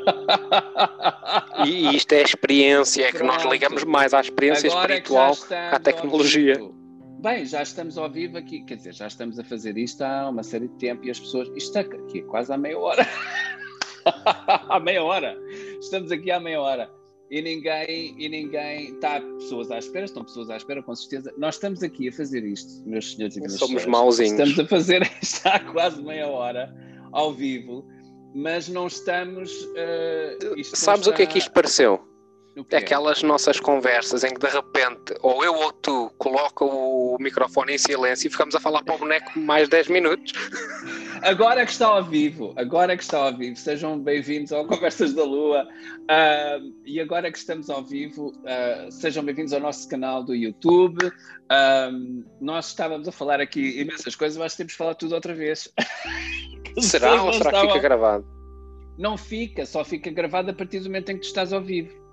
E isto é a experiência, é que nós ligamos mais à experiência Agora espiritual que à tecnologia. Bem, já estamos ao vivo aqui, quer dizer, já estamos a fazer isto há uma série de tempo e as pessoas... Isto é aqui quase há meia hora. Há meia hora. Estamos aqui há meia hora. E ninguém está pessoas à espera, estão pessoas à espera, com certeza. Nós estamos aqui a fazer isto, meus senhores e minhas senhoras. Somos mauzinhos. Estamos a fazer isto há quase meia hora, ao vivo, mas não estamos... Sabes o que é que isto pareceu? É aquelas nossas conversas em que de repente ou eu ou tu coloca o microfone em silêncio e ficamos a falar para o boneco mais 10 minutos. Agora que está ao vivo, sejam bem-vindos ao Conversas da Lua, e agora que estamos ao vivo, sejam bem-vindos ao nosso canal do YouTube. Nós estávamos a falar aqui imensas coisas, mas temos de falar tudo outra vez. Será ou será que fica gravado? Não fica, só fica gravado a partir do momento em que tu estás ao vivo.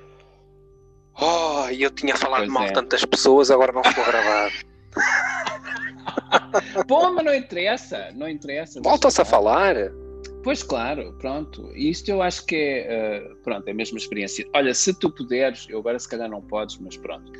Oh, eu tinha falado mal de tantas pessoas, agora não ficou gravado. Bom, mas não interessa. Volta-se a falar. Pois claro, pronto. Isto eu acho que é, pronto, é a mesma experiência. Olha, se tu puderes, eu agora se calhar não podes, mas pronto.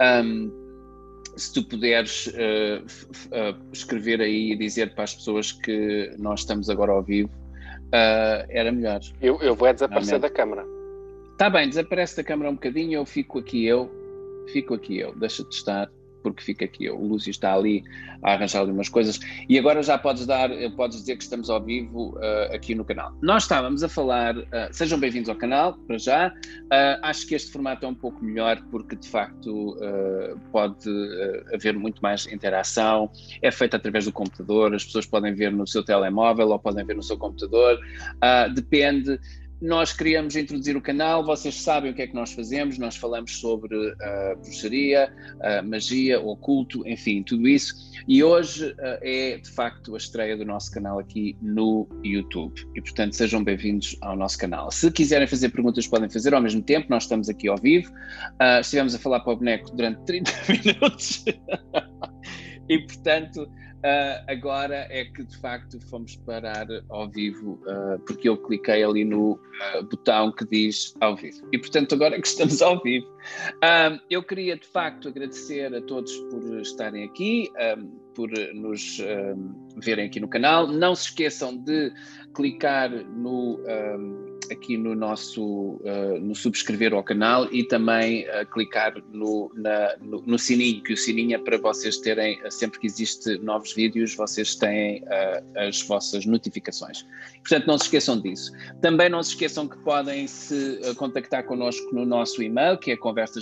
Se tu puderes escrever aí e dizer para as pessoas que nós estamos agora ao vivo, era melhor. Eu vou desaparecer da câmara. Está bem, desaparece da câmara um bocadinho, eu fico aqui eu, deixa-te estar, porque fica aqui eu. O Lúcio está ali a arranjar algumas coisas e agora já podes dizer que estamos ao vivo aqui no canal. Nós estávamos a falar, sejam bem-vindos ao canal, para já. Acho que este formato é um pouco melhor porque de facto pode haver muito mais interação, é feito através do computador, as pessoas podem ver no seu telemóvel ou podem ver no seu computador, depende. Nós queríamos introduzir o canal, vocês sabem o que é que nós fazemos, nós falamos sobre bruxaria, magia, oculto, enfim, tudo isso. E hoje é, de facto, a estreia do nosso canal aqui no YouTube. E, portanto, sejam bem-vindos ao nosso canal. Se quiserem fazer perguntas, podem fazer ao mesmo tempo, nós estamos aqui ao vivo. Estivemos a falar para o boneco durante 30 minutos. E, portanto... agora é que de facto fomos parar ao vivo, porque eu cliquei ali no botão que diz ao vivo e portanto agora é que estamos ao vivo. Eu queria de facto agradecer a todos por estarem aqui, por nos verem aqui no canal. Não se esqueçam de clicar aqui no nosso no subscrever ao canal e também clicar no sininho, que o sininho é para vocês terem, sempre que existe novos vídeos, vocês têm as vossas notificações. Portanto, não se esqueçam disso. Também não se esqueçam que podem se contactar connosco no nosso e-mail, que é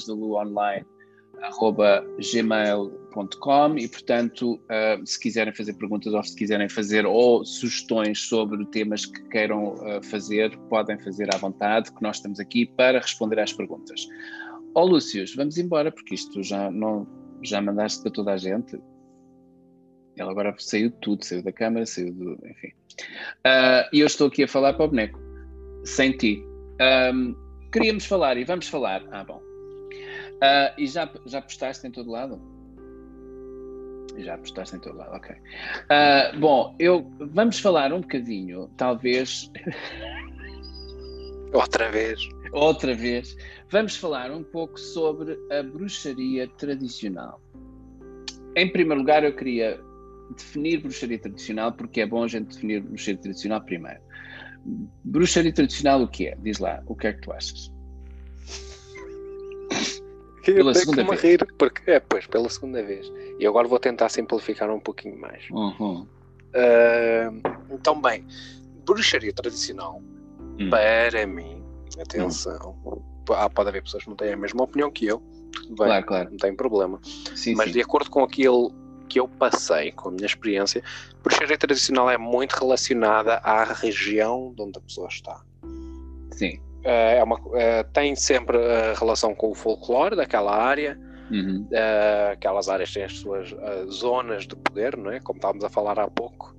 conversasdaluaonline@gmail.com, e portanto se quiserem fazer perguntas ou se quiserem fazer ou sugestões sobre temas que queiram fazer, podem fazer à vontade, que nós estamos aqui para responder às perguntas. Lúcio, vamos embora porque isto já mandaste para toda a gente. Ele agora saiu de tudo, saiu da câmara, enfim. E eu estou aqui a falar para o boneco, sem ti. Queríamos falar e vamos falar. Bom. E já postaste em todo lado? Já postaste em todo lado, ok. Bom, vamos falar um bocadinho, talvez... Outra vez. Vamos falar um pouco sobre a bruxaria tradicional. Em primeiro lugar, eu queria definir bruxaria tradicional, porque é bom a gente definir bruxaria tradicional primeiro. Bruxaria tradicional o que é? Diz lá, o que é que tu achas? Pela segunda vez. Rir, porque pela segunda vez. E agora vou tentar simplificar um pouquinho mais. Então, bem, bruxaria tradicional, para mim, atenção, pode haver pessoas que não têm a mesma opinião que eu, tudo bem, claro. Não tem problema. Sim, mas de acordo com aquilo que eu passei, com a minha experiência, bruxaria tradicional é muito relacionada à região de onde a pessoa está. Sim. Tem sempre relação com o folclore daquela área. Aquelas áreas têm as suas zonas de poder, não é? Como estávamos a falar há pouco.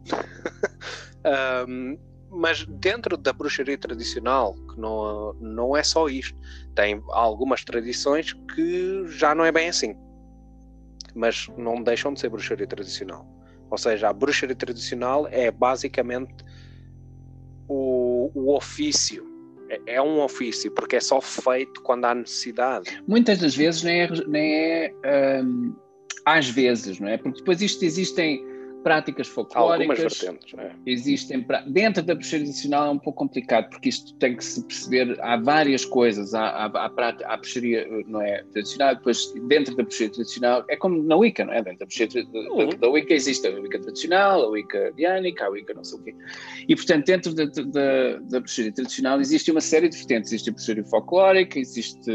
Mas dentro da bruxaria tradicional, que não é só isto, tem algumas tradições que já não é bem assim, mas não deixam de ser bruxaria tradicional. Ou seja, a bruxaria tradicional é basicamente o ofício. É um ofício, porque é só feito quando há necessidade. Muitas das vezes nem é às vezes, não é? Porque depois existem práticas folclóricas. Algumas vertentes, existem dentro da bruxaria tradicional é um pouco complicado, porque isto tem que se perceber, há várias coisas, há bruxaria, não é, tradicional, depois dentro da bruxaria tradicional, é como na Wicca, não é? Dentro da bruxaria da Wicca existe a Wicca tradicional, a Wicca diânica, a Wicca não sei o quê. E, portanto, dentro da bruxaria tradicional existe uma série de vertentes. Existe a bruxaria folclórica, existe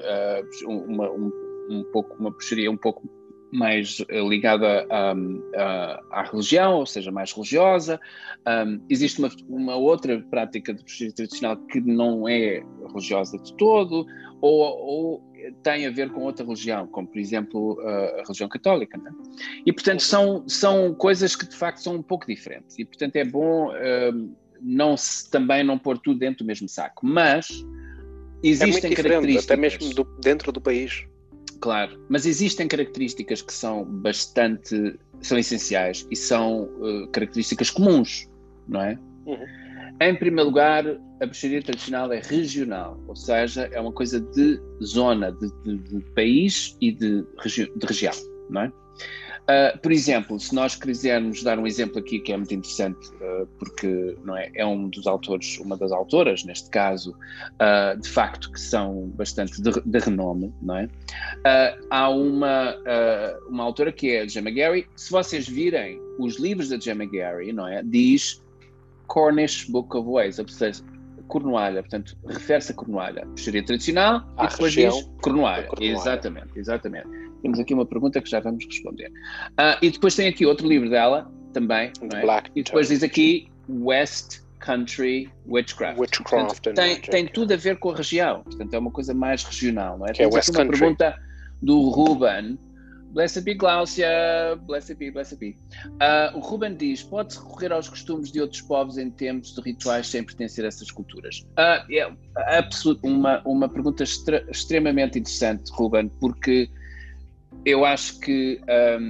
uma bruxaria um pouco mais ligada à religião, ou seja, mais religiosa. Existe uma outra prática de bruxaria tradicional que não é religiosa de todo, ou tem a ver com outra religião, como, por exemplo, a religião católica, não é? E, portanto, são coisas que, de facto, são um pouco diferentes. E, portanto, é bom também não pôr tudo dentro do mesmo saco. Mas existem características... até mesmo dentro do país. Claro, mas existem características que são essenciais e são características comuns, não é? Em primeiro lugar, a bruxaria tradicional é regional, ou seja, é uma coisa de zona, de país e de região, não é? Por exemplo, se nós quisermos dar um exemplo aqui que é muito interessante, porque não é um dos autores, uma das autoras, neste caso, de facto, que são bastante de renome, não é? Há uma autora que é a Gemma Gary. Se vocês virem os livros da Gemma Gary, não é? Diz Cornish Book of Ways, ou seja, Cornualha, portanto, refere-se a Cornualha, bruxaria tradicional, e depois diz Cornualha. Exatamente. Temos aqui uma pergunta que já vamos responder. E depois tem aqui outro livro dela, também, não é? E depois diz aqui West Country Witchcraft. Portanto, tem tudo a ver com a região, portanto, é uma coisa mais regional, não é? Que é West Country. Uma pergunta do Ruben. Blessed be Glaucia, blessed be. O Ruben diz, pode-se recorrer aos costumes de outros povos em termos de rituais sem pertencer a essas culturas? É uma pergunta extremamente interessante, Ruben, porque eu acho que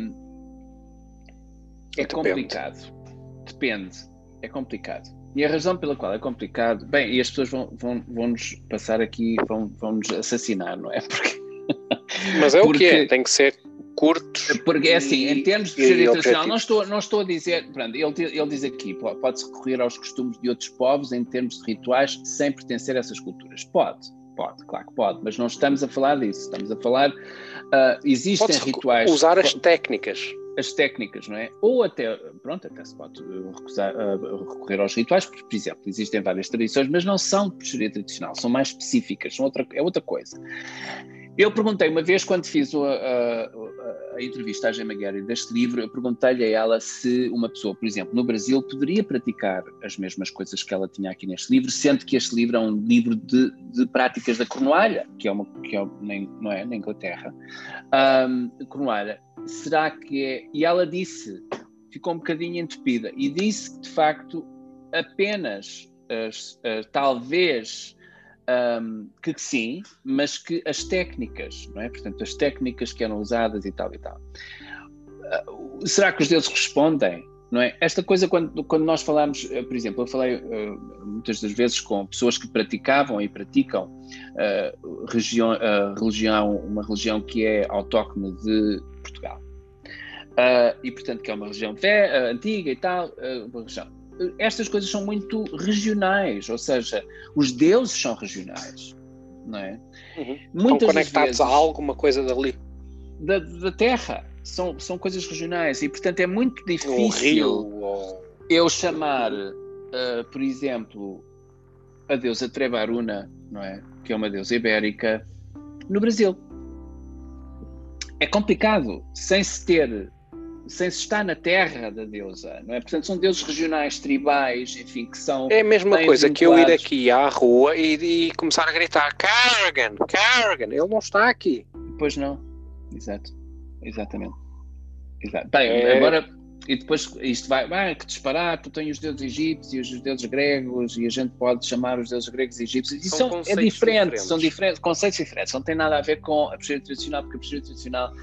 é complicado. Depende. É complicado. E a razão pela qual é complicado... Bem, e as pessoas vão-nos passar aqui, vão-nos assassinar, não é? Mas é o que é, tem que ser curtos. Porque é assim, em termos de bruxaria tradicional, não estou a dizer... Pronto, ele diz aqui, pode-se recorrer aos costumes de outros povos em termos de rituais sem pertencer a essas culturas. Pode, claro que pode, mas não estamos a falar disso. Estamos a falar... existem rituais... Usar as técnicas. As técnicas, não é? Ou até se pode recorrer aos rituais, porque, por exemplo, existem várias tradições, mas não são de bruxaria tradicional, são mais específicas, é outra coisa. Eu perguntei uma vez, quando fiz a entrevista à Gemma Gary deste livro, eu perguntei-lhe a ela se uma pessoa, por exemplo, no Brasil, poderia praticar as mesmas coisas que ela tinha aqui neste livro, sendo que este livro é um livro de práticas da Cornualha, que é não é, na Inglaterra. Cornualha, será que é? E ela disse, ficou um bocadinho entupida, e disse que, de facto, apenas, talvez... que sim, mas que as técnicas, não é? Portanto, as técnicas que eram usadas e tal. Será que os deuses respondem? Não é? Esta coisa, quando nós falamos, por exemplo, eu falei muitas das vezes com pessoas que praticavam e praticam uma religião que é autóctone de Portugal. E, portanto, que é uma religião antiga e tal, uma religião. Estas coisas são muito regionais, ou seja, os deuses são regionais, não é? Estão conectados a alguma coisa dali. Da terra, são coisas regionais e, portanto, é muito difícil eu chamar, por exemplo, a deusa Trebaruna, não é? Que é uma deusa ibérica, no Brasil. É complicado, sem se estar na terra da deusa, não é? Portanto, são deuses regionais, tribais, enfim, que são... É a mesma coisa vinculados. Que eu ir aqui à rua e começar a gritar Carrigan, ele não está aqui. Pois não, exatamente. Bem, agora, e depois isto vai que disparate, tem os deuses egípcios, os deuses gregos, e a gente pode chamar os deuses gregos e egípcios, e são diferentes, conceitos diferentes, não tem nada a ver com a bruxaria tradicional, porque a bruxaria tradicional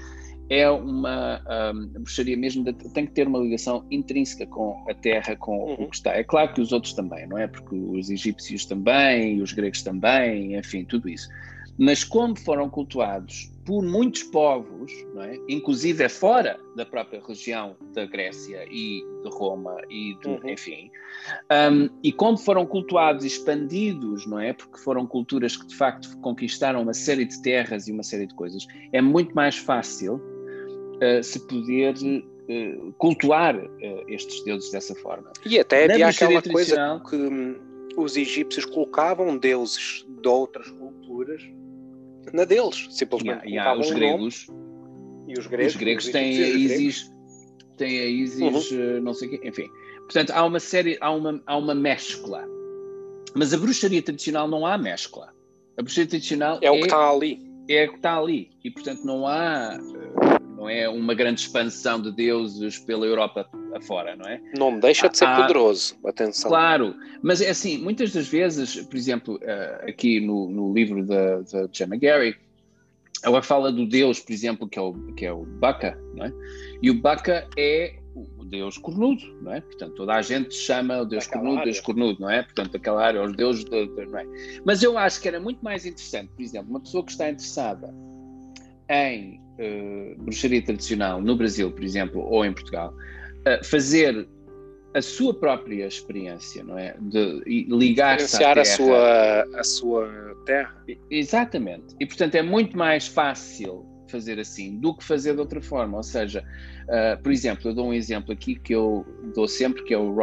é uma bruxaria mesmo, tem que ter uma ligação intrínseca com a terra, com o que está. É claro que os outros também, não é? Porque os egípcios também, os gregos também, enfim, tudo isso. Mas como foram cultuados por muitos povos, não é? Inclusive é fora da própria região da Grécia e de Roma e enfim, e como foram cultuados e expandidos, não é? Porque foram culturas que de facto conquistaram uma série de terras e uma série de coisas, é muito mais fácil se poder cultuar estes deuses dessa forma. E até havia aquela coisa que os egípcios colocavam deuses de outras culturas na deles, simplesmente os gregos. E os gregos têm a Isis, não sei o quê, enfim. Portanto, há uma mescla. Mas a bruxaria tradicional não há mescla. A bruxaria tradicional é o que está ali. É o que está ali. E, portanto, não é uma grande expansão de deuses pela Europa afora, não é? Não deixa de ser poderoso, atenção. Claro, mas é assim, muitas das vezes, por exemplo, aqui no livro da Gemma Gary, ela fala do deus, por exemplo, que é o Bacca, não é? E o Bacca é o deus cornudo, não é? Portanto, toda a gente chama o deus cornudo, não é? Portanto, aquela área, os deuses, não é? Mas eu acho que era muito mais interessante, por exemplo, uma pessoa que está interessada em bruxaria tradicional no Brasil, por exemplo, ou em Portugal, fazer a sua própria experiência, não é? De ligar-se à terra. a sua terra. Exatamente. E, portanto, é muito mais fácil fazer assim do que fazer de outra forma. Ou seja, por exemplo, eu dou um exemplo aqui que eu dou sempre, que é o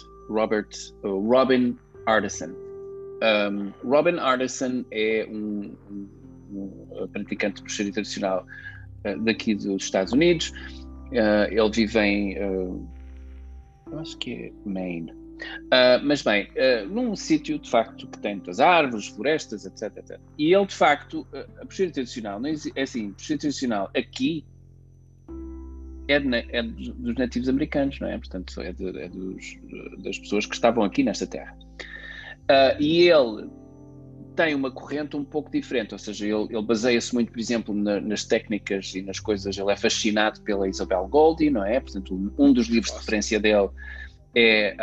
Robin Ardison. Robin Ardison é um praticante de bruxaria tradicional daqui dos Estados Unidos. Ele vive em eu acho que é Maine, mas bem, num sítio de facto que tem muitas árvores, florestas, etc, etc. E ele de facto, a bruxaria tradicional, não é assim, a bruxaria tradicional aqui é dos nativos americanos, não é? Portanto, das pessoas que estavam aqui nesta terra. E ele tem uma corrente um pouco diferente, ou seja, ele baseia-se muito, por exemplo, nas técnicas e nas coisas, ele é fascinado pela Isabel Goldie, não é? Portanto, um dos livros de referência dele é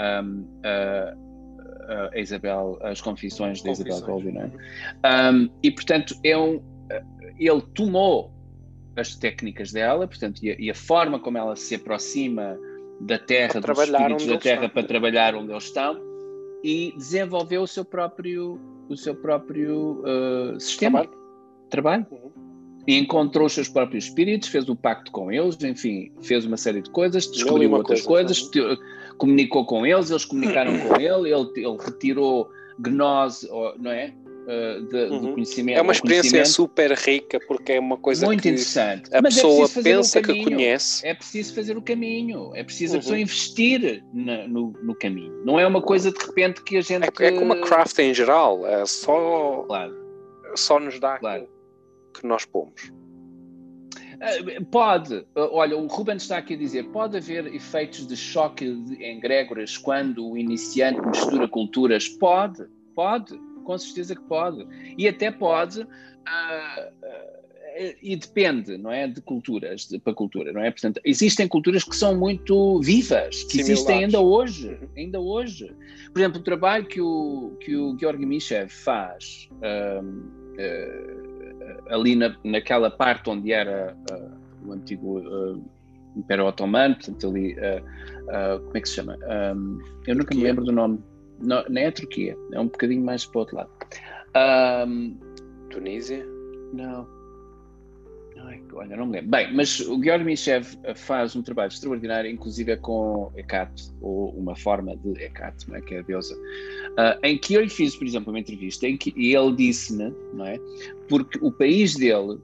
a Isabel, as Confissões de Isabel Goldie, não é? E, portanto, ele tomou as técnicas dela, portanto, e a forma como ela se aproxima da terra, dos espíritos da terra, para trabalhar onde eles estão, e desenvolveu o seu próprio sistema, trabalho. E encontrou os seus próprios espíritos, fez o pacto com eles, enfim, fez uma série de coisas, descobriu outras coisas, comunicou com eles comunicaram com ele retirou gnose, não é? Do conhecimento. É uma experiência super rica, porque é uma coisa muito que interessante. Mas pessoa pensa que conhece. É preciso fazer o caminho, é preciso a pessoa investir no caminho. Não é uma coisa de repente que a gente... É como a craft em geral, é só, só nos dá claro. Que nós pomos. Pode, olha, o Ruben está aqui a dizer, pode haver efeitos de choque em egrégoras quando o iniciante mistura culturas? Pode, com certeza que pode. E até pode, e depende, não é, de culturas, para cultura, não é? Portanto, existem culturas que são muito vivas, que existem ainda hoje. Por exemplo, o trabalho que o Georgi Mishev faz ali naquela parte onde era o antigo Império Otomano, portanto ali, como é que se chama? Eu nunca me lembro do nome. Não é a Turquia, é um bocadinho mais para o outro lado. Tunísia? Não. Olha, não me lembro. Bem, mas o Georgi Mishev faz um trabalho extraordinário, inclusive com Hecate, ou uma forma de Hecate, não é? Que é a deusa, em que eu lhe fiz, por exemplo, uma entrevista em que ele disse-me, não é? Porque o país dele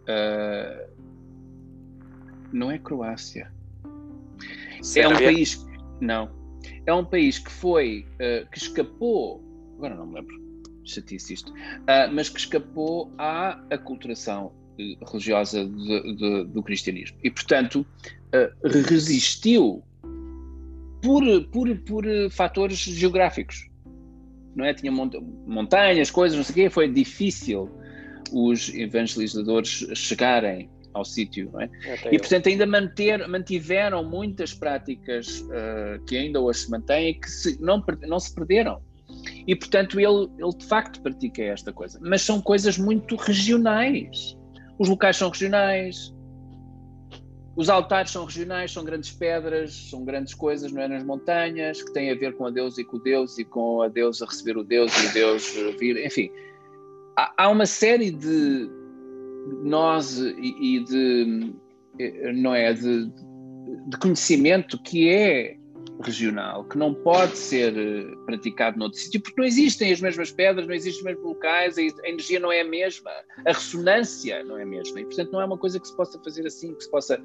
não é Croácia. Sérvia? É um país... Não. É um país que foi, que escapou, agora não me lembro, chatice isto, mas que escapou à aculturação religiosa do cristianismo. E, portanto, resistiu por fatores geográficos. Não é? Tinha montanhas, coisas, não sei o quê, foi difícil os evangelizadores chegarem ao sítio, não é? E portanto ainda mantiveram muitas práticas que ainda hoje se mantêm e que não se perderam. E portanto ele de facto pratica esta coisa, mas são coisas muito regionais. Os locais são regionais, os altares são regionais, são grandes pedras, são grandes coisas, não é, nas montanhas, que têm a ver com a deusa e com o deus, e com a deusa receber o deus e o deus vir, enfim. Há uma série de nós e de, não é, de conhecimento que é regional, que não pode ser praticado noutro sítio, porque não existem as mesmas pedras, não existem os mesmos locais, a energia não é a mesma, a ressonância não é a mesma, e portanto não é uma coisa que se possa fazer assim, que se possa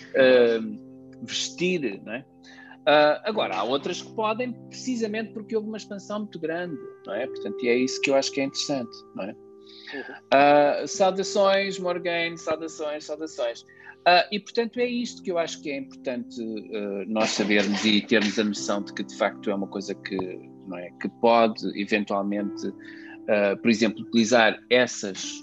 vestir, não é? Agora, há outras que podem, precisamente porque houve uma expansão muito grande, não é? Portanto, e é isso que eu acho que é interessante, não é? Saudações, Morgane, saudações. E portanto é isto que eu acho que é importante nós sabermos e termos a noção de que de facto é uma coisa que, não é, que pode eventualmente, por exemplo, utilizar essas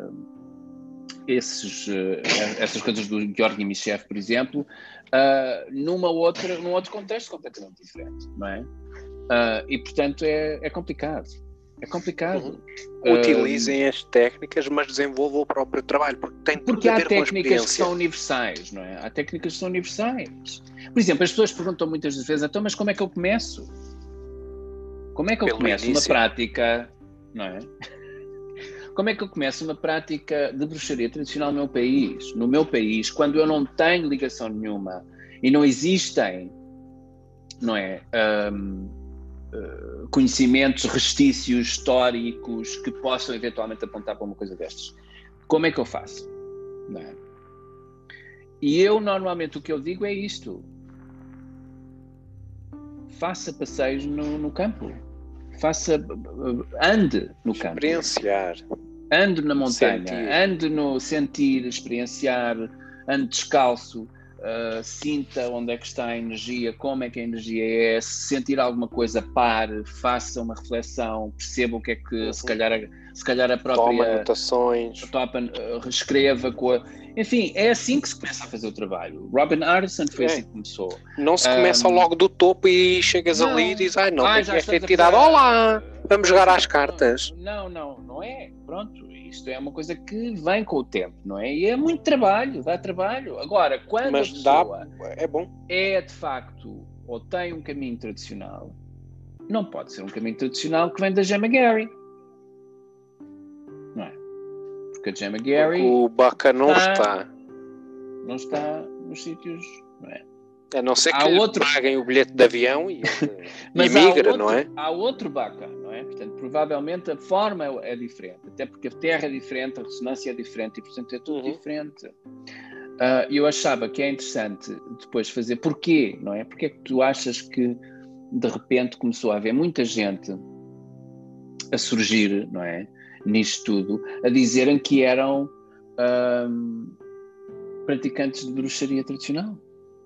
coisas do Georgi Mishev, por exemplo, num outro contexto completamente diferente, não é? E portanto é complicado. É complicado. Utilizem as técnicas, mas desenvolvam o próprio trabalho, porque tem tudo a ver com a experiência. Porque há técnicas que são universais, não é? Há técnicas que são universais. Por exemplo, as pessoas perguntam muitas vezes, então, mas como é que eu começo? Como é que eu começo uma prática, não é? Como é que eu começo uma prática de bruxaria tradicional no meu país, quando eu não tenho ligação nenhuma e não existem, não é? Conhecimentos, restícios históricos que possam eventualmente apontar para uma coisa destas. Como é que eu faço? Não é? E eu, normalmente, o que eu digo é isto. Faça passeios no campo. Ande no campo. Experienciar. Ande na montanha. Ande no sentir, experienciar. Ande descalço. Sinta onde é que está a energia, como é que a energia é, se sentir alguma coisa, pare, faça uma reflexão, perceba o que é que se calhar a própria... Toma anotações. Escreva enfim, é assim que se começa a fazer o trabalho. Robin Ardison foi assim que começou. Não se começa logo do topo e chegas ali e dizes, tem que ter tirado, olá, vamos jogar às cartas. Não é, pronto. Isto é uma coisa que vem com o tempo, não é? E é muito trabalho, dá trabalho. Agora, quando a pessoa é bom. É de facto, ou tem um caminho tradicional, não pode ser um caminho tradicional que vem da Gemma Gary. Não é? Porque a Gemma Gary... O Baca não está nos sítios, não é? A não ser que paguem o bilhete de avião e migra, não é? Há outro Baca, não é? Portanto, provavelmente a forma é diferente, até porque a terra é diferente, a ressonância é diferente e, portanto, é tudo diferente. Eu achava que é interessante depois fazer porquê, não é? Porque é que tu achas que de repente começou a haver muita gente a surgir, não é? Nisto tudo, a dizerem que eram praticantes de bruxaria tradicional.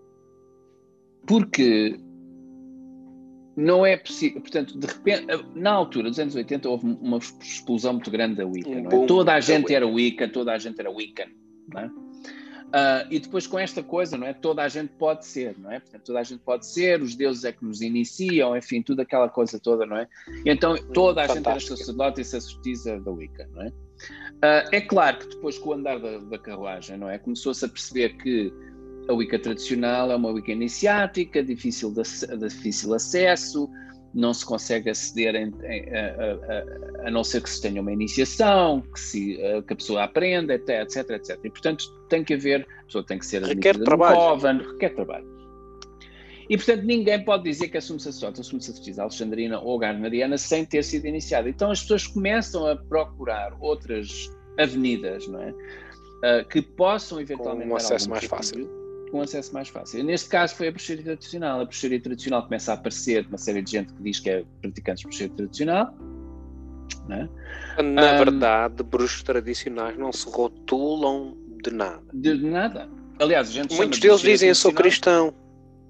Porque não é possível, portanto, de repente, na altura dos anos 80 houve uma explosão muito grande da Wicca, não é? Toda a gente era Wicca, toda a gente era Wiccan, não é? E depois com esta coisa, não é? Toda a gente pode ser, não é? Portanto, toda a gente pode ser, os deuses é que nos iniciam, enfim, tudo aquela coisa toda, não é? E então toda a gente era sacerdote e sacerdotisa da Wicca, não é? É claro que depois com o andar da carruagem, não é? Começou-se a perceber que a Wicca tradicional é uma Wicca iniciática, difícil acesso, não se consegue aceder a não ser que se tenha uma iniciação, que a pessoa aprenda, etc. E, portanto, tem que haver, a pessoa tem que ser admitida no Coven, requer trabalho. E, portanto, ninguém pode dizer que é sumo sacerdote ou sumo sacerdotisa alexandrina ou gardneriana sem ter sido iniciado. Então, as pessoas começam a procurar outras avenidas, não é? Que possam eventualmente com um acesso mais fácil. Com acesso mais fácil. Neste caso foi a bruxaria tradicional. A bruxaria tradicional começa a aparecer uma série de gente que diz que é praticante de bruxaria tradicional. Não é? Na verdade, bruxos tradicionais não se rotulam de nada. De nada. Aliás, a gente muitos deles dizem eu sou cristão.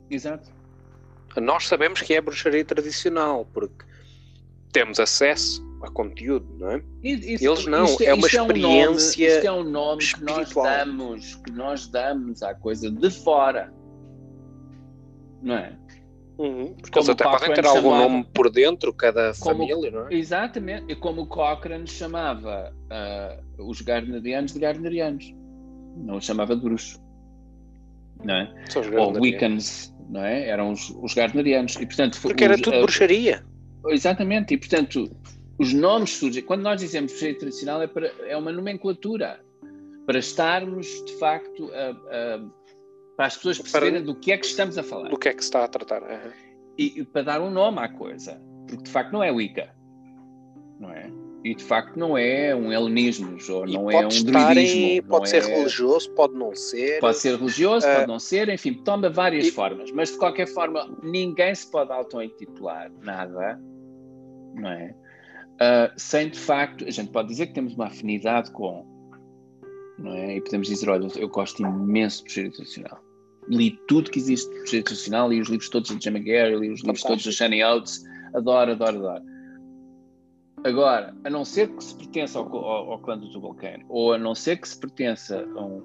Exato. Nós sabemos que é bruxaria tradicional, porque temos acesso a conteúdo, não é? Eles não, é uma experiência isto é um nome que nós damos à coisa de fora, não é? Porque eles até podem ter algum nome por dentro, cada família, não é? Exatamente, e como o Cochrane chamava os Gardnerianos de Gardnerianos, não os chamava de bruxos, não é? Ou Wiccans, não é? Eram os Gardnerianos. E, portanto, porque era tudo bruxaria. Exatamente, e portanto os nomes surgem. Quando nós dizemos bruxaria tradicional é uma nomenclatura para estarmos de facto para as pessoas perceberem do que é que estamos a falar. Do que é que se está a tratar. E para dar um nome à coisa, porque de facto não é Wicca, não é? E de facto não é um helenismo, ou não é um druidismo. Pode ser religioso, pode não ser. Pode ser religioso, pode não ser, enfim, toma várias formas. Mas de qualquer forma, ninguém se pode auto-intitular nada, não é? Sem de facto, a gente pode dizer que temos uma afinidade com, não é? E podemos dizer, olha, eu gosto imenso de bruxaria tradicional. Li tudo que existe de bruxaria tradicional, li os livros todos da Gemma Gary, li os livros todos da Shani Oates, adoro. Agora, a não ser que se pertença ao clã do Tubal-Cain, ou a não ser que se pertença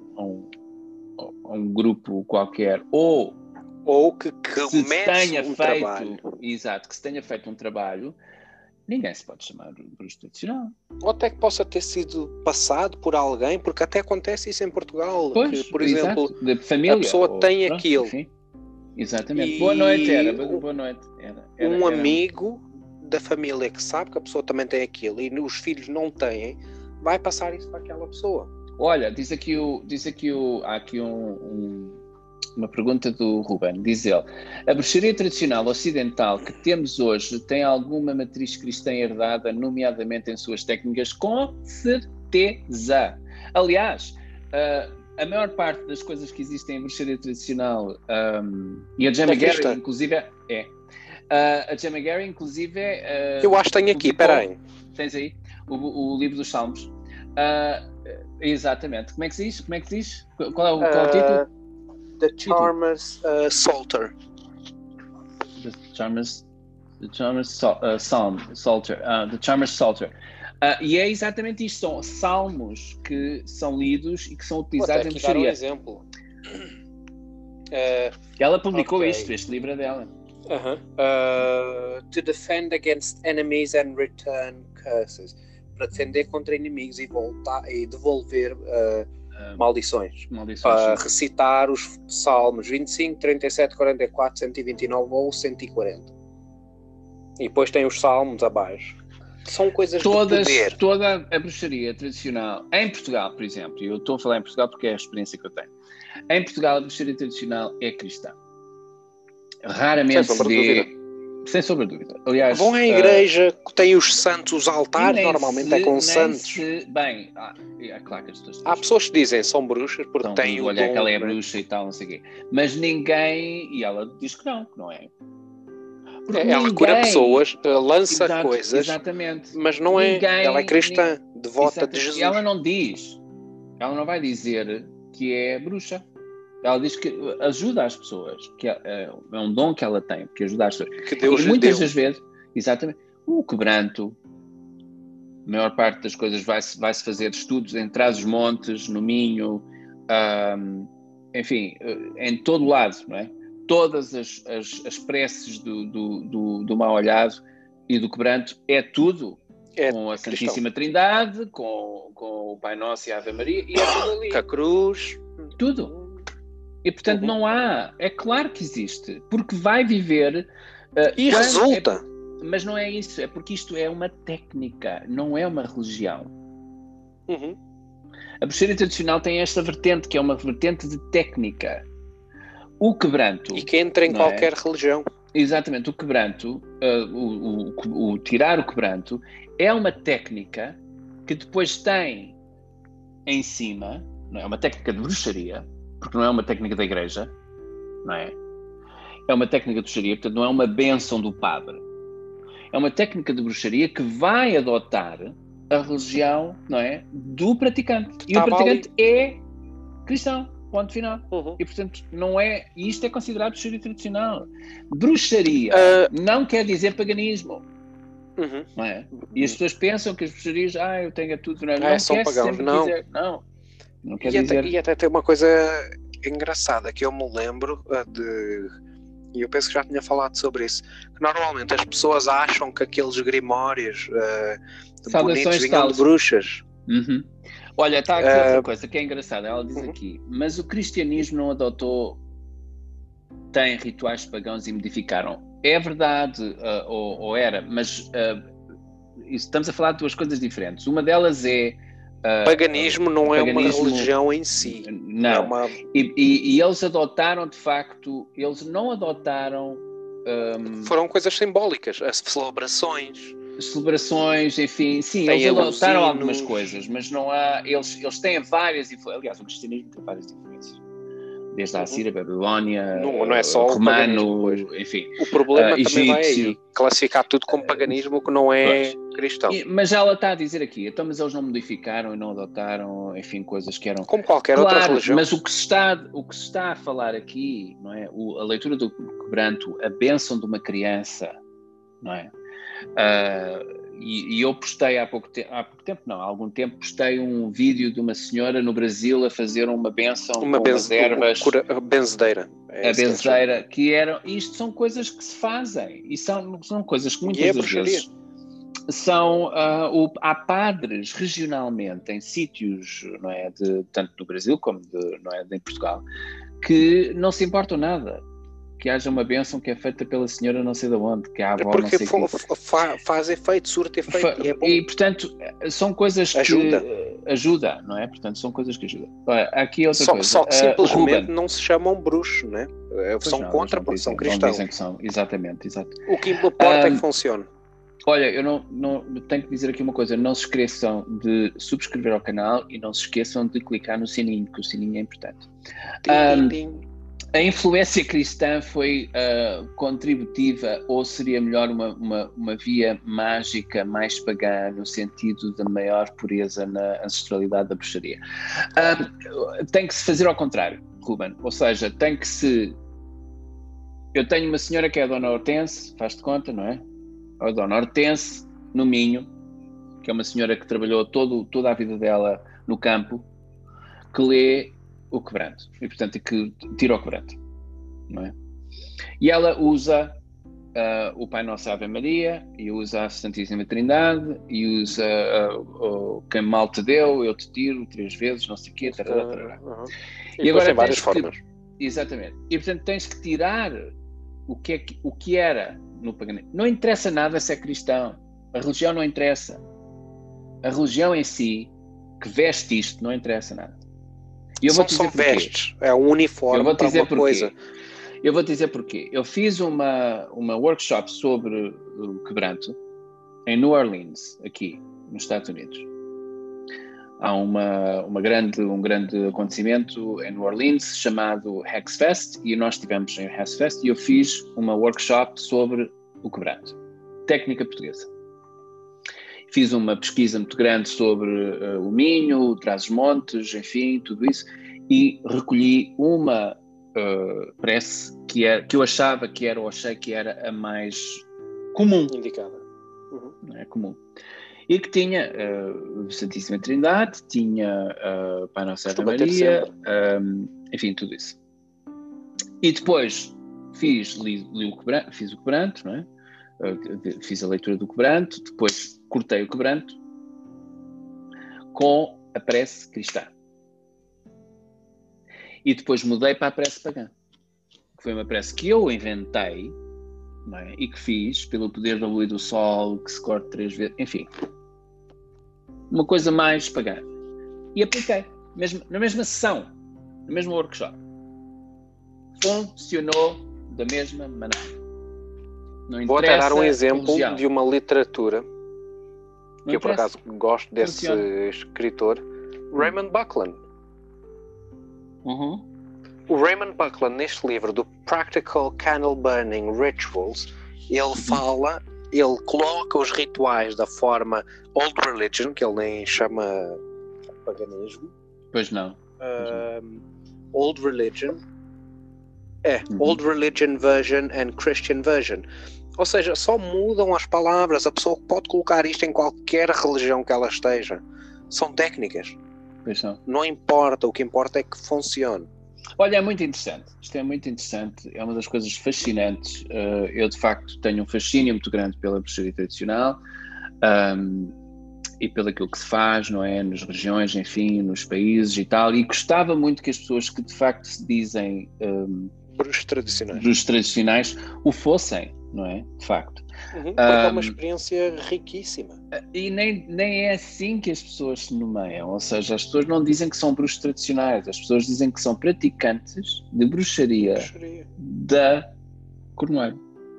a um grupo qualquer, ou que se tenha feito trabalho. Exato, que se tenha feito um trabalho, ninguém se pode chamar bruxo tradicional. Ou até que possa ter sido passado por alguém, porque até acontece isso em Portugal. Pois, que, por exemplo, de família, a pessoa tem aquilo. Enfim. Exatamente. Boa noite, boa noite. Um amigo da família que sabe que a pessoa também tem aquilo e os filhos não têm, vai passar isso para aquela pessoa. Olha, há aqui uma pergunta do Ruben. Diz ele: a bruxaria tradicional ocidental que temos hoje tem alguma matriz cristã herdada, nomeadamente em suas técnicas? Com certeza. Aliás, a maior parte das coisas que existem em bruxaria tradicional, e a Gemma Gary, inclusive, a Gemma Gary, inclusive, eu acho que tenho aqui, peraí. Tens aí? O livro dos Salmos. Exatamente. Como é que se diz? Qual é o título? The Charmer's Psalter. The Charmer's Psalter. The Charmer's Psalter. E é exatamente isto, são salmos que são lidos e que são utilizados em bruxaria. Um exemplo. Ela publicou este livro é dela. To defend against enemies and return curses. Para defender contra inimigos e devolver maldições. Recitar os salmos 25, 37, 44, 129 ou 140. E depois tem os salmos abaixo. São coisas de poder. Toda a bruxaria tradicional, em Portugal, por exemplo, e eu estou a falar em Portugal porque é a experiência que eu tenho. Em Portugal, a bruxaria tradicional é cristã. Raramente se vê, sem sombra de dúvida. Aliás, vão à igreja que tem os santos, os altares, normalmente é com santos. Claro que há pessoas que dizem são bruxas porque então, têm o olha que ela é bruxa e tal, não sei o quê. Mas ninguém, e ela diz que não é? Ela cura pessoas, lança coisas, exatamente. Mas não ela é cristã, devota de Jesus. E ela não vai dizer que é bruxa. Ela diz que ajuda as pessoas, que é um dom que ela tem, que ajuda as pessoas. Que Deus e muitas das vezes, exatamente, o quebranto, a maior parte das coisas vai-se fazer estudos em Trás-os-Montes, no Minho, enfim, em todo lado, não é? Todas as preces do mal olhado e do quebranto é tudo com a Santíssima Trindade, com o Pai Nosso e a Ave Maria, e é tudo ali. Com a cruz. Tudo. E portanto não há, é claro que existe, porque vai viver... e resulta. Mas não é isso, é porque isto é uma técnica, não é uma religião. A bruxaria tradicional tem esta vertente, que é uma vertente de técnica. O quebranto... E que entra em qualquer religião. Exatamente, o quebranto, o tirar o quebranto, é uma técnica que depois tem em cima, não é uma técnica de bruxaria, porque não é uma técnica da igreja, não é? É uma técnica de bruxaria, portanto não é uma bênção do padre. É uma técnica de bruxaria que vai adotar a religião, não é, do praticante. E o praticante é cristão, ponto final. E portanto não é, e isto é considerado bruxaria tradicional. Bruxaria não quer dizer paganismo. Não é? E as pessoas pensam que as bruxarias, eu tenho tudo, não são pagãos, não. Não quer dizer. E até tem uma coisa engraçada que eu me lembro e eu penso que já tinha falado sobre isso, que normalmente as pessoas acham que aqueles grimórios bonitos vinham de bruxas. Olha, está aqui outra coisa que é engraçada, ela diz aqui, mas o cristianismo não adotou, tem rituais pagãos e modificaram. É verdade, ou era, mas estamos a falar de duas coisas diferentes. Uma delas é paganismo não é uma religião em si. Não. E eles adotaram, de facto, eles não adotaram... foram coisas simbólicas, as celebrações, enfim, sim, eles adotaram algumas coisas, mas não há... Eles têm várias influências. Aliás, o cristianismo tem várias influências. Desde a Síria, Babilónia, não é só romano, enfim. O problema também vai aí, classificar tudo como paganismo que não é cristão. Mas ela está a dizer aqui, então, mas eles não modificaram e não adotaram, enfim, coisas que eram... Como qualquer outra religião. Mas o que se está a falar aqui, não é? A leitura do quebranto, a bênção de uma criança, não é? E eu postei há algum tempo postei um vídeo de uma senhora no Brasil a fazer uma bênção com umas ervas, a benzedeira, isto são coisas que se fazem e são coisas que muitas das vezes há padres regionalmente em sítios, não é, tanto no Brasil como em Portugal, que não se importam nada que haja uma bênção que é feita pela senhora não sei de onde, que a avó não sei faz efeito, surte efeito. E, portanto, são coisas que ajuda, não é? Portanto, são coisas que ajudam. Aqui outra coisa. Só que simplesmente não se chamam bruxos, não é? São contra, porque são cristãos. Dizem que são, exatamente. O que importa é que funcione. Olha, eu não tenho que dizer aqui uma coisa, não se esqueçam de subscrever ao canal e não se esqueçam de clicar no sininho, que o sininho é importante. A influência cristã foi contributiva ou seria melhor uma via mágica mais pagã no sentido da maior pureza na ancestralidade da bruxaria? Tem que se fazer ao contrário, Ruben, ou seja, eu tenho uma senhora que é a Dona Hortense, faz-te conta, não é? A Dona Hortense, no Minho, que é uma senhora que trabalhou toda a vida dela no campo, que lê o quebranto, e portanto que tira o quebranto, não é? E ela usa o Pai Nosso, Ave Maria, e usa a Santíssima Trindade, e usa quem mal te deu, eu te tiro 3 vezes, não sei o quê, tarará. E agora tem várias formas. Exatamente. E portanto tens que tirar o que era no paganismo. Não interessa nada se é cristão, a religião não interessa. A religião em si, que veste isto, não interessa nada. São vestes, é um uniforme para uma coisa. Eu vou dizer porquê. Eu fiz uma workshop sobre o quebranto em New Orleans, aqui, nos Estados Unidos. Há um grande acontecimento em New Orleans chamado Hexfest, e nós estivemos em Hexfest e eu fiz uma workshop sobre o quebranto. Técnica portuguesa. Fiz uma pesquisa muito grande sobre o Minho, o Trás-os-Montes, enfim, tudo isso, e recolhi uma prece que eu achava que era, ou achei que era a mais comum. Indicada. Não é comum. E que tinha Santíssima Trindade, tinha Pai Nosso, Ave Maria, enfim, tudo isso. E depois fiz o quebranto, não é? Fiz a leitura do quebranto, depois cortei o quebranto com a prece cristã. E depois mudei para a prece pagã, que foi uma prece que eu inventei, não é? E que fiz pelo poder da lua e do sol, que se corta 3 vezes, enfim. Uma coisa mais pagã. E apliquei, na mesma sessão, no mesmo workshop. Funcionou da mesma maneira. Vou até dar um exemplo de uma literatura que eu por acaso gosto desse escritor, Raymond Buckland. O Raymond Buckland, neste livro do Practical Candle Burning Rituals, ele coloca os rituais da forma Old Religion, que ele nem chama paganismo. Pois não. Old Religion. Old Religion version and Christian version. Ou seja, só mudam as palavras. A pessoa pode colocar isto em qualquer religião que ela esteja. São técnicas. Pois não. Não importa, o que importa é que funcione. Olha, é muito interessante. Isto é muito interessante. É uma das coisas fascinantes. Eu, de facto, tenho um fascínio muito grande pela bruxaria tradicional e pelo aquilo que se faz, não é? Nas regiões, enfim, nos países e tal. E gostava muito que as pessoas que, de facto, se dizem bruxos tradicionais o fossem, não é? De facto. Porque é uma experiência riquíssima. E nem é assim que as pessoas se nomeiam, ou seja, as pessoas não dizem que são bruxos tradicionais, as pessoas dizem que são praticantes de bruxaria. Da Cornoeiro.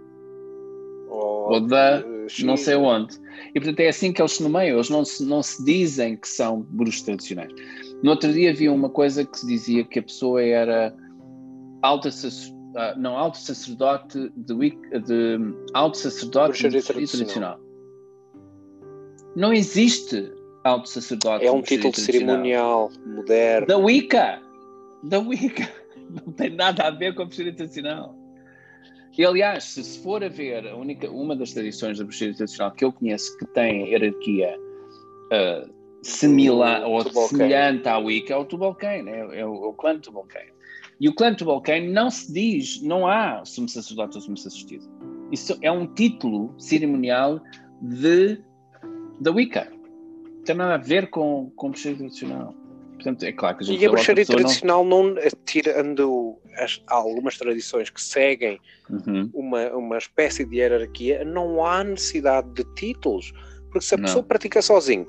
Ou da não sei onde. E portanto é assim que eles se nomeiam, eles não se dizem que são bruxos tradicionais. No outro dia havia uma coisa que se dizia que a pessoa era alto sacerdote de bruxaria tradicional. Não existe alto sacerdote. É um título cerimonial moderno. Da Wicca. Não tem nada a ver com a bruxaria tradicional. E aliás, se for a ver uma das tradições da bruxaria tradicional que eu conheço que tem hierarquia similar ou semelhante à Wicca, é o Tubal-Cain, é o clã Tubal-Cain. E o clã Tubal-Cain não se diz, não há sumo sacerdote ou sumo sacerdotisa. Isso é um título cerimonial da Wicca. Não tem nada a ver com bruxaria tradicional. Portanto, é claro que a gente... E a bruxaria tradicional, não tirando algumas tradições que seguem uma espécie de hierarquia, não há necessidade de títulos. Porque se a pessoa pratica sozinho,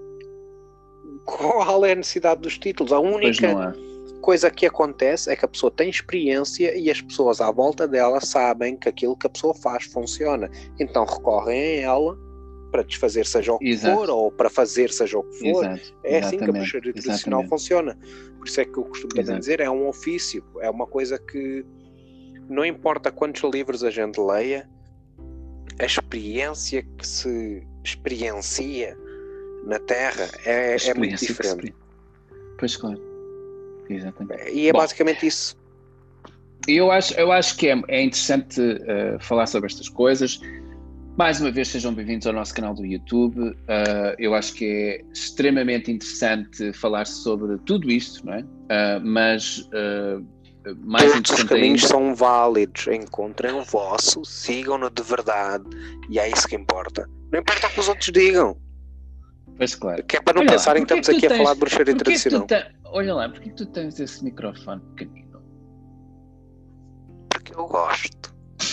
qual é a necessidade dos títulos? A única coisa que acontece é que a pessoa tem experiência e as pessoas à volta dela sabem que aquilo que a pessoa faz funciona. Então recorrem a ela para desfazer seja o que for, ou para fazer seja o que for. É assim que a bruxaria tradicional funciona. Por isso é que eu costumo também dizer, é um ofício, é uma coisa que não importa quantos livros a gente leia, a experiência que se experiencia na Terra é muito diferente. Pois claro. Exatamente. E é basicamente isso. Eu acho que é interessante falar sobre estas coisas. Mais uma vez, sejam bem-vindos ao nosso canal do YouTube. Eu acho que é extremamente interessante falar sobre tudo isto, não é? Mas mais todos interessante os caminhos ainda... são válidos. Encontrem o vosso, sigam-no de verdade e é isso que importa. Não importa o que os outros digam. Pois claro. Que é para não pensarem que estamos aqui a falar de bruxaria tradicional. Olha lá, porquê que tu tens esse microfone pequenino? Porque eu gosto.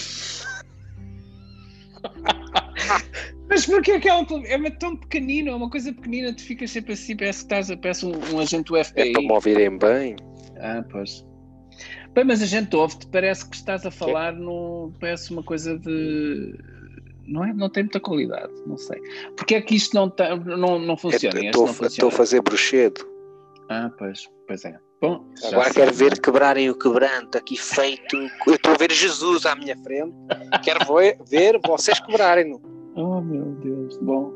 Mas porquê que é tão pequenino? É uma coisa pequenina, tu ficas sempre assim, parece um agente do FBI. É para me ouvirem bem. Pois. Bem, mas a gente ouve-te, parece que estás a falar parece uma coisa de... Não tem muita qualidade, não sei. Porque é que isto não funciona? Estou a fazer bruxedo. Pois é. Bom, agora quero ver quebrarem o quebranto aqui feito. Eu estou a ver Jesus à minha frente. Quero ver vocês quebrarem-no. Oh meu Deus. Bom.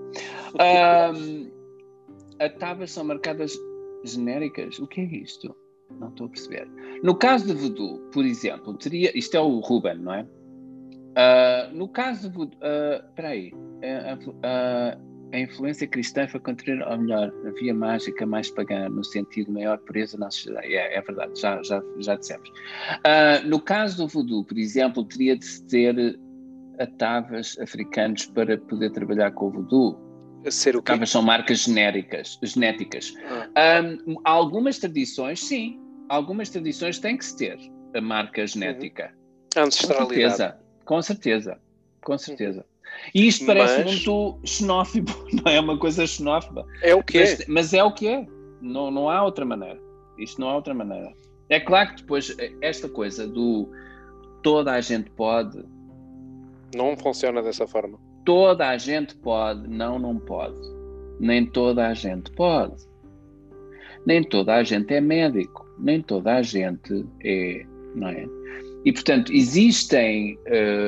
As tábuas são marcadas genéricas. O que é isto? Não estou a perceber. No caso de voodoo, por exemplo, isto é o Ruben, não é? No caso de voodoo, espera aí. A influência cristã foi contra, ou melhor, a via mágica mais pagã, no sentido de maior pureza na sociedade. É verdade, já dissemos. No caso do voodoo, por exemplo, teria de se ter atavas africanos para poder trabalhar com o voodoo. Atavas são marcas genéticas. Algumas tradições, sim. Algumas tradições têm que se ter a marca genética. Ancestralidade. Com certeza. E isto parece muito xenófobo, não é uma coisa xenófoba. É o que é. Mas é o que é. Não há outra maneira. Isto não há outra maneira. É claro que depois esta coisa do toda a gente pode... Não funciona dessa forma. Toda a gente pode. Não pode. Nem toda a gente pode. Nem toda a gente é médico. Nem toda a gente é... Não é? E, portanto, existem...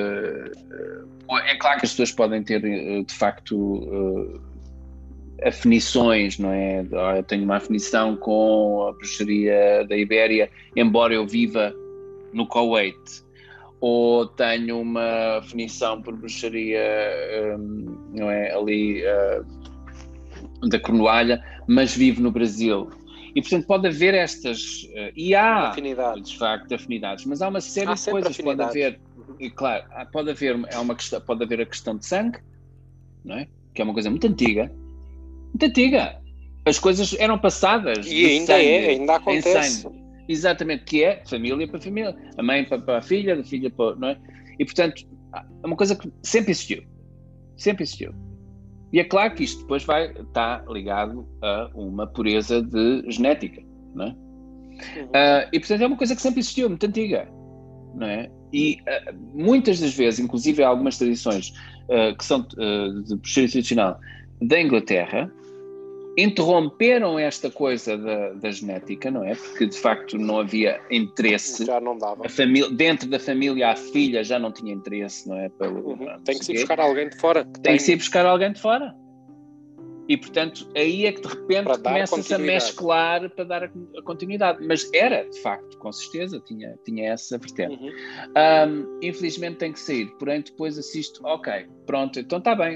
é claro que as pessoas podem ter, de facto, afinições, não é? Eu tenho uma afinição com a bruxaria da Ibéria, embora eu viva no Kuwait. ou tenho uma definição por bruxaria, não é, ali da Cornualha, mas vivo no Brasil. E, portanto, pode haver estas... e há, afinidades. De facto, afinidades. Mas há uma série de coisas. Pode haver... E, claro, pode haver a questão de sangue, não é? Que é uma coisa muito antiga. Muito antiga. As coisas eram passadas. E ainda ainda acontece. Exatamente, que é família para família. A mãe para a filha, a filha para... Não é? E, portanto, é uma coisa que sempre existiu. Sempre existiu. E é claro que isto depois vai estar ligado a uma pureza de genética, não é? E, portanto, é uma coisa que sempre existiu, muito antiga, não é? E muitas das vezes, inclusive há algumas tradições que são de bruxaria tradicional da Inglaterra, interromperam esta coisa da genética, não é? Porque, de facto, não havia interesse. Já não dava. Dentro da família, a filha já não tinha interesse, não é? Tem que se buscar alguém de fora. Tem que se buscar alguém de fora. E, portanto, aí é que, de repente, começa-se a mesclar para dar a continuidade. Mas era, de facto, com certeza, tinha essa vertente. Infelizmente tem que sair. Porém, depois assisto, ok, pronto, então está bem.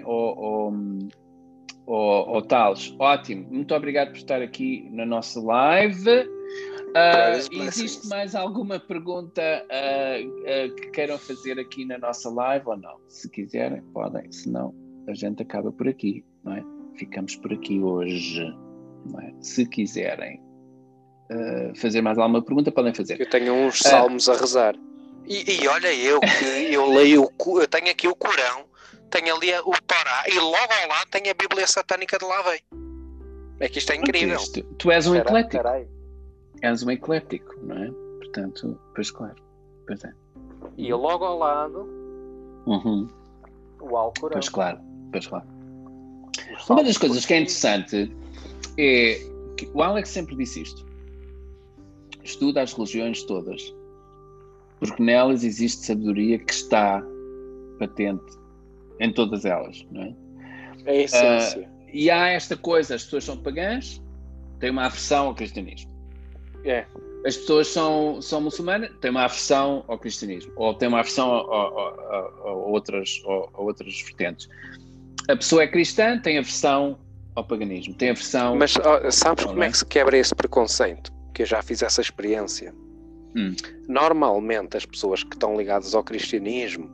Tales, ótimo, muito obrigado por estar aqui na nossa live. Existe mais alguma pergunta que queiram fazer aqui na nossa live ou não? Se quiserem, podem, senão a gente acaba por aqui, não é? Ficamos por aqui hoje, não é? Se quiserem fazer mais alguma pergunta, podem fazer. Eu tenho uns salmos a rezar. E olha, eu leio, eu tenho aqui o Corão, tenho ali o Torá e logo ao lado tenho a Bíblia Satânica de lá vem. É que isto é incrível. Tu és um eclético. És um eclético, não é? Portanto, pois claro. Pois é. E logo ao lado o Alcorão. Pois claro. Uma das coisas que é interessante é que o Alex sempre disse isto. Estuda as religiões todas, porque nelas existe sabedoria que está patente em todas elas, não é? É a essência. E há esta coisa, as pessoas são pagãs, têm uma aversão ao cristianismo. As pessoas são muçulmanas, têm uma aversão ao cristianismo, ou têm uma aversão a outras vertentes. A pessoa é cristã, tem aversão ao paganismo, tem aversão... Mas sabes como é que se quebra esse preconceito? Que eu já fiz essa experiência. Normalmente as pessoas que estão ligadas ao cristianismo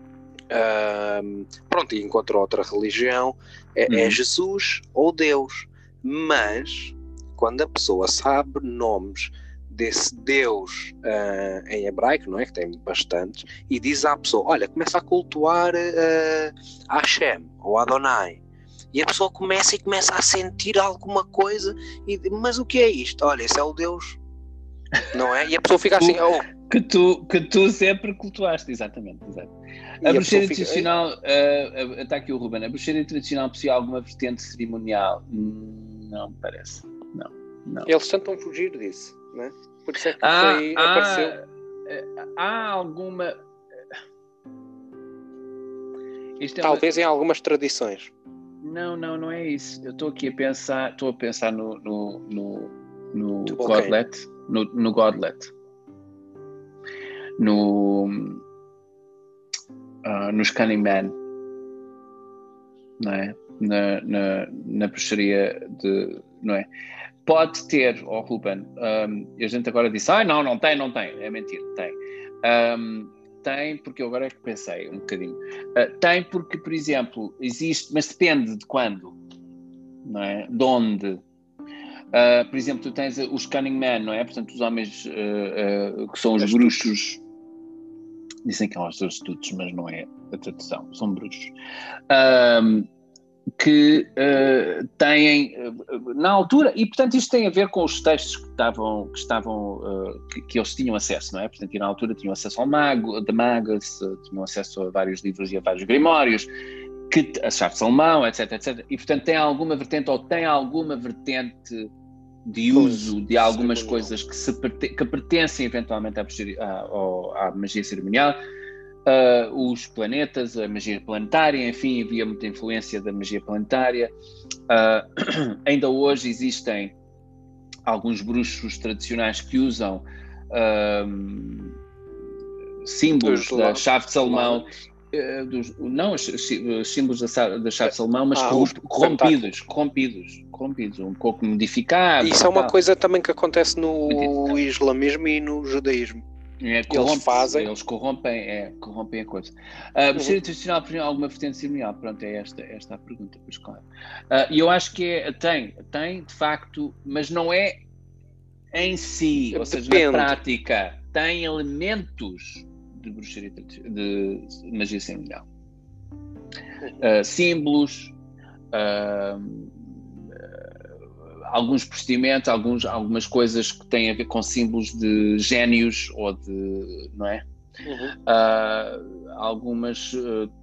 e encontram outra religião, é Jesus ou Deus. Mas quando a pessoa sabe nomes desse Deus em hebraico, não é? Que tem bastantes, e diz à pessoa, olha, começa a cultuar Hashem ou Adonai, e a pessoa começa a sentir alguma coisa, mas o que é isto? Olha, esse é o Deus, não é? E a pessoa fica assim, que tu sempre cultuaste, exatamente. A bruxaria tradicional, está aqui o Ruben, a bruxaria tradicional possui alguma vertente cerimonial? Não me parece, não. Eles tentam fugir disso, não é? Por isso é que apareceu. Há alguma... Talvez em algumas tradições. Não é isso. Eu estou aqui a pensar no Godlet, no Godlet, nos Cunning Man, não é? Na bruxaria não é? Pode ter, Ruben, a gente agora disse, não tem, é mentira, tem. Tem, porque eu agora é que pensei um bocadinho. Tem porque, por exemplo, existe, mas depende de quando, não é? De onde. Por exemplo, tu tens os Cunning Men, não é? Portanto, os homens que são os bruxos. Dizem que são os astutos, mas não é a tradução, são bruxos. Que têm na altura, e portanto isto tem a ver com os textos que eles tinham acesso, não é? Portanto, na altura tinham acesso ao Magus, tinham acesso a vários livros e a vários grimórios, a chave de Salomão, etc. E portanto tem alguma vertente de uso de algumas coisas que pertencem eventualmente à magia cerimonial. Os planetas, a magia planetária, enfim, havia muita influência da magia planetária. Ainda hoje existem alguns bruxos tradicionais que usam símbolos da chave de Salomão, os símbolos da chave de Salomão, mas corrompidos, um pouco modificados. Isso é uma coisa também que acontece no islamismo e no judaísmo. Eles corrompem a coisa. Gostaria de questionar alguma vertente cerimonial? Pronto, é esta a pergunta, pois claro. E eu acho que tem, de facto, mas não é em si, ou seja, na prática, tem elementos de bruxaria, de magia cerimonial. Símbolos, alguns procedimentos, algumas coisas que têm a ver com símbolos de génios ou de, não é? Algumas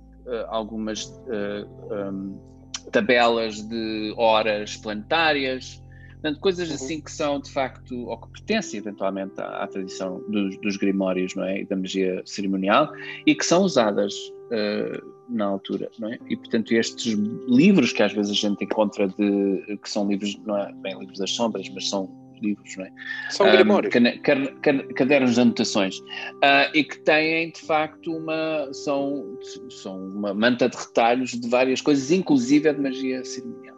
tabelas de horas planetárias, portanto, coisas assim que são de facto, ou que pertencem eventualmente à tradição dos grimórios, não é? E da magia cerimonial, e que são usadas na altura, não é? E portanto estes livros que às vezes a gente encontra que são livros, não é bem livros das sombras, mas são livros, não é? São grimórios. Cadernos de anotações, e que têm de facto são uma manta de retalhos de várias coisas, inclusive a de magia cerimonial.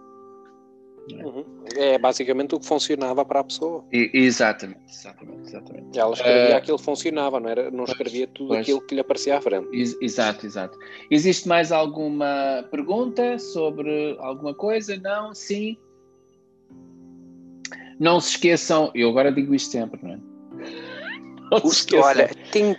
É basicamente o que funcionava para a pessoa. Exatamente. Ela escrevia aquilo que funcionava, não escrevia tudo aquilo que lhe aparecia à frente. Exato. Existe mais alguma pergunta sobre alguma coisa? Não? Sim? Não se esqueçam, eu agora digo isto sempre, não é? Olha, tim.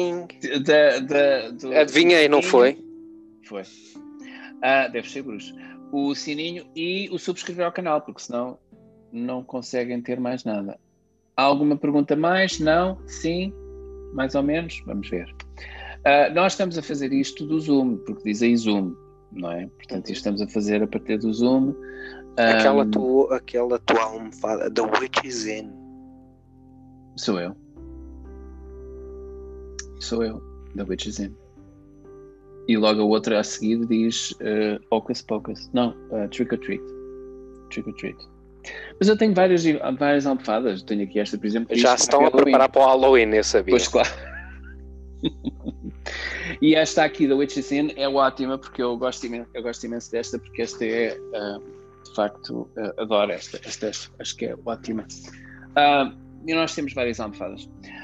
Adivinhei, não foi? Foi. Deve ser bruxo. O sininho e o subscrever ao canal, porque senão não conseguem ter mais nada. Há alguma pergunta mais? Não? Sim? Mais ou menos? Vamos ver. Nós estamos a fazer isto do Zoom, porque diz aí Zoom, não é? Portanto, isto estamos a fazer a partir do Zoom. Aquela tua almofada, The Witch is in. Sou eu, The Witch is in. E logo a outra a seguir diz Hocus Pocus. Não, Trick or Treat. Mas eu tenho várias almofadas. Tenho aqui esta, por exemplo. Já se estão a preparar para o Halloween, eu sabia. Pois claro. E esta aqui da Witch is In é ótima, porque eu gosto imenso desta, porque esta é, de facto, adoro esta. Acho que é ótima. E nós temos várias almofadas.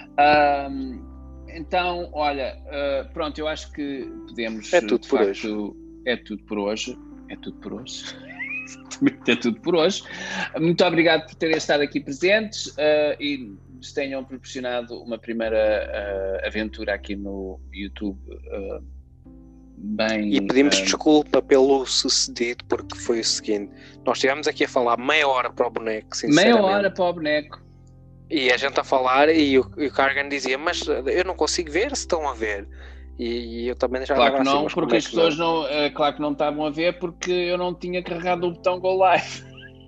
Então, olha, pronto, eu acho que podemos... É tudo por hoje. É tudo por hoje. Muito obrigado por terem estado aqui presentes e nos tenham proporcionado uma primeira aventura aqui no YouTube. E pedimos desculpa pelo sucedido, porque foi o seguinte: nós estivemos aqui a falar meia hora para o boneco, sinceramente. Meia hora para o boneco. E a gente a falar, e o Cargan dizia, mas eu não consigo ver se estão a ver. E eu também já claro que não, assim, porque as pessoas não, claro que não estavam a ver, porque eu não tinha carregado o botão Go Live.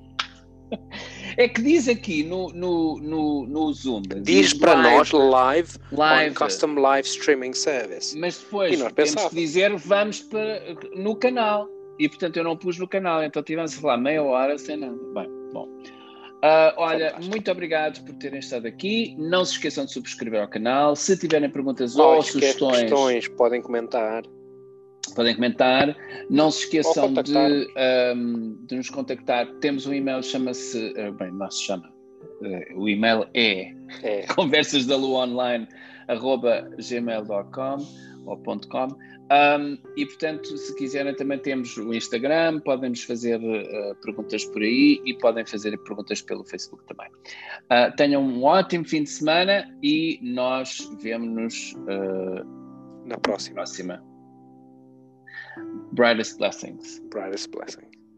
É que diz aqui no Zoom, diz para nós live on Custom Live Streaming Service. Mas depois temos que dizer vamos no canal. E portanto eu não pus no canal, então tivemos a falar meia hora sem nada. Bem, bom. Olha, fantástico. Muito obrigado por terem estado aqui. Não se esqueçam de subscrever ao canal. Se tiverem perguntas ou sugestões, podem comentar. Não se esqueçam de nos contactar. Temos um e-mail, chama-se... não se chama. O e-mail é conversasdaluonline@gmail.com ou .com. E portanto, se quiserem, também temos o Instagram, podem-nos fazer perguntas por aí e podem fazer perguntas pelo Facebook também. Tenham um ótimo fim de semana e nós vemo-nos na próxima. Brightest blessings.